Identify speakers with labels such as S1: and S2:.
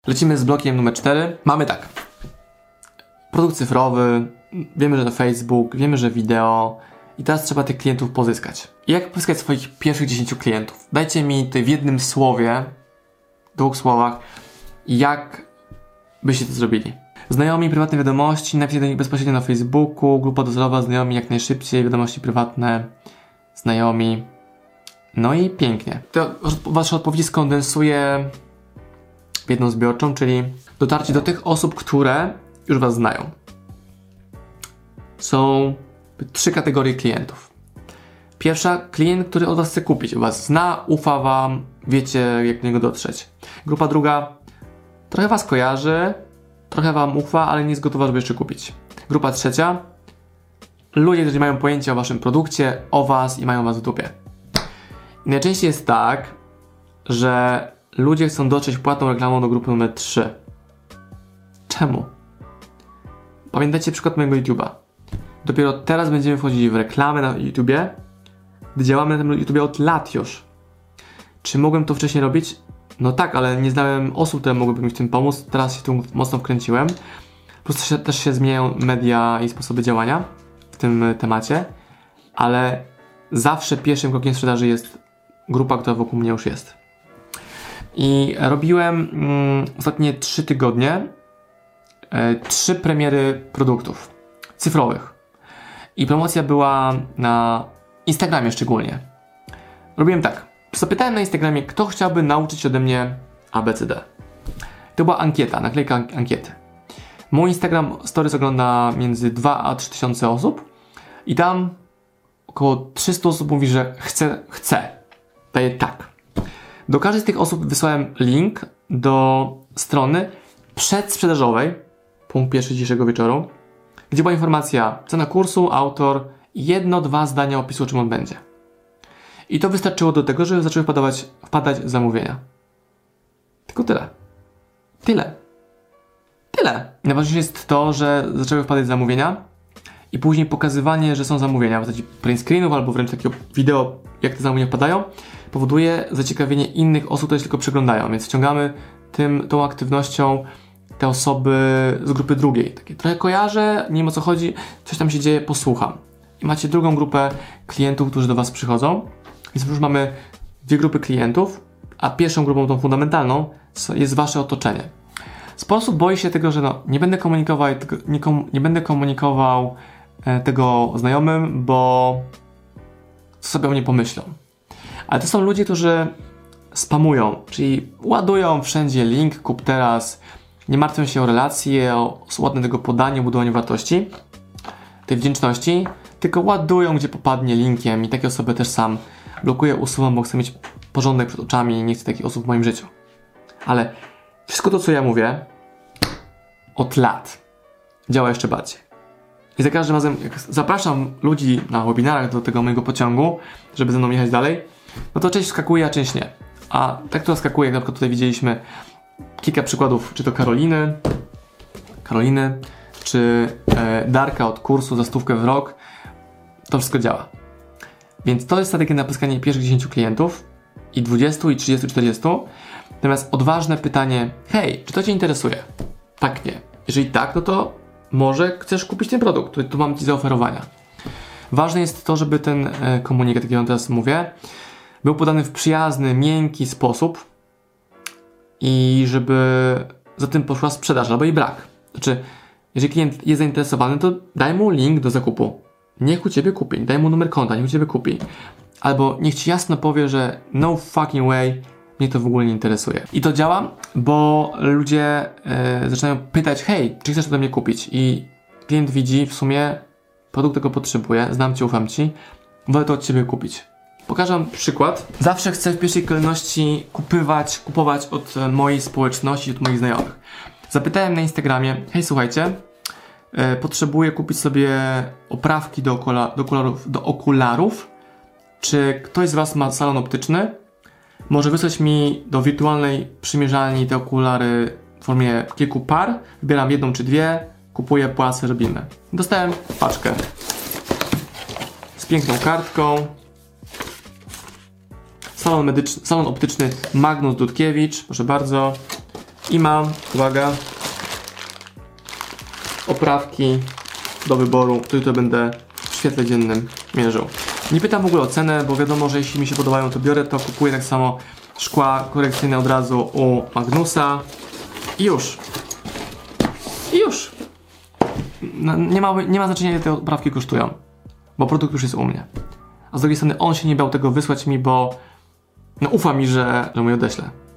S1: Lecimy z blokiem numer 4. Mamy tak. Produkt cyfrowy, wiemy, że to Facebook, wiemy, że wideo i teraz trzeba tych klientów pozyskać. I jak pozyskać swoich pierwszych 10 klientów? Dajcie mi tutaj w jednym słowie, dwóch słowach, jak byście to zrobili. Znajomi, prywatne wiadomości, napisać do nich bezpośrednio na Facebooku, grupa docelowa, znajomi jak najszybciej, wiadomości prywatne, znajomi. No i pięknie. To wasze odpowiedzi skondensuję w jedną zbiorczą, czyli dotarcie do tych osób, które już was znają. Są 3 kategorie klientów. Pierwsza, klient, który od was chce kupić. Was zna, ufa wam, wiecie jak do niego dotrzeć. Grupa druga, trochę was kojarzy, trochę wam ufa, ale nie jest gotowa, żeby jeszcze kupić. Grupa trzecia, ludzie, którzy mają pojęcie o waszym produkcie, o was i mają was w dupie. I najczęściej jest tak, że ludzie chcą dotrzeć płatną reklamą do grupy numer 3. Czemu? Pamiętajcie przykład mojego YouTube'a. Dopiero teraz będziemy wchodzić w reklamę na YouTubie, gdy działamy na tym YouTubie od lat już. Czy mogłem to wcześniej robić? No tak, ale nie znałem osób, które mogłyby mi w tym pomóc. Teraz się tu mocno wkręciłem. Plus też się zmieniają media i sposoby działania w tym temacie, ale zawsze pierwszym krokiem sprzedaży jest grupa, która wokół mnie już jest. I robiłem ostatnie 3 tygodnie 3 premiery produktów cyfrowych. I promocja była na Instagramie szczególnie. Robiłem tak. Zapytałem na Instagramie, kto chciałby nauczyć ode mnie ABCD. To była ankieta, naklejka ankiety. Mój Instagram Stories ogląda między 2 a 3 tysiące osób i tam około 300 osób mówi, że chce. Daje tak. Do każdej z tych osób wysłałem link do strony przedsprzedażowej, punkt pierwszy dzisiejszego wieczoru, gdzie była informacja, cena kursu, autor i 1-2 zdania opisu, o czym on będzie. I to wystarczyło do tego, żeby zaczęły wpadać zamówienia. Tylko tyle. Tyle. Najważniejsze jest to, że zaczęły wpadać zamówienia i później pokazywanie, że są zamówienia w postaci print screenów albo wręcz takiego wideo, jak te zamówienia wpadają, powoduje zaciekawienie innych osób, które tylko przeglądają, więc wciągamy tą aktywnością te osoby z grupy drugiej. Takie trochę kojarzę, nie wiem o co chodzi, coś tam się dzieje, posłucham. I macie drugą grupę klientów, którzy do was przychodzą, więc już mamy 2 grupy klientów, a pierwszą grupą, tą fundamentalną, jest wasze otoczenie. Sporo osób boi się tego, że nie będę komunikował tego znajomym, bo co sobie o mnie pomyślą. Ale to są ludzie, którzy spamują, czyli ładują wszędzie link, kup teraz, nie martwią się o relacje, o ładne tego podanie, budowanie wartości, tej wdzięczności, tylko ładują, gdzie popadnie linkiem i takie osoby też sam blokuję, usuwam, bo chcę mieć porządek przed oczami i nie chcę takich osób w moim życiu. Ale wszystko to, co ja mówię, od lat działa jeszcze bardziej. I za każdym razem, jak zapraszam ludzi na webinarach do tego mojego pociągu, żeby ze mną jechać dalej, no to część skakuje, a część nie. A tak to skakuje, jak na przykład tutaj widzieliśmy kilka przykładów, czy to Karoliny, czy Darka od kursu za 100 w rok, to wszystko działa. Więc to jest strategia na pozyskanie pierwszych 10 klientów i 20, i 30, 40. Natomiast odważne pytanie, hej, czy to cię interesuje? Tak, nie. Jeżeli tak, no to może chcesz kupić ten produkt, który tu mam ci zaoferowania. Ważne jest to, żeby ten komunikat, jaki ja teraz mówię, był podany w przyjazny, miękki sposób i żeby za tym poszła sprzedaż albo i brak. Znaczy, jeżeli klient jest zainteresowany, to daj mu link do zakupu. Niech u ciebie kupi. Daj mu numer konta, niech u ciebie kupi. Albo niech ci jasno powie, że no fucking way, mnie to w ogóle nie interesuje. I to działa, bo ludzie zaczynają pytać, hej, czy chcesz ode mnie kupić? I klient widzi w sumie, produkt tego potrzebuje, znam cię, ufam ci, wolę to od ciebie kupić. Pokażę wam przykład. Zawsze chcę w pierwszej kolejności kupować od mojej społeczności, od moich znajomych. Zapytałem na Instagramie, hej, słuchajcie, potrzebuję kupić sobie oprawki do okularów. Czy ktoś z was ma salon optyczny? Może wysłać mi do wirtualnej przymierzalni te okulary w formie kilku par. Wybieram 1 czy 2, kupuję, płacę, robimy. Dostałem paczkę z piękną kartką. Salon optyczny Magnus Dudkiewicz, proszę bardzo. I mam, uwaga, oprawki do wyboru, które będę w świetle dziennym mierzył. Nie pytam w ogóle o cenę, bo wiadomo, że jeśli mi się podobają, to biorę to, kupuję tak samo szkła korekcyjne od razu u Magnusa i już. I już. No, nie ma znaczenia, ile te oprawki kosztują, bo produkt już jest u mnie. A z drugiej strony on się nie bał tego wysłać mi, bo no ufa mi, że mu je odeślę.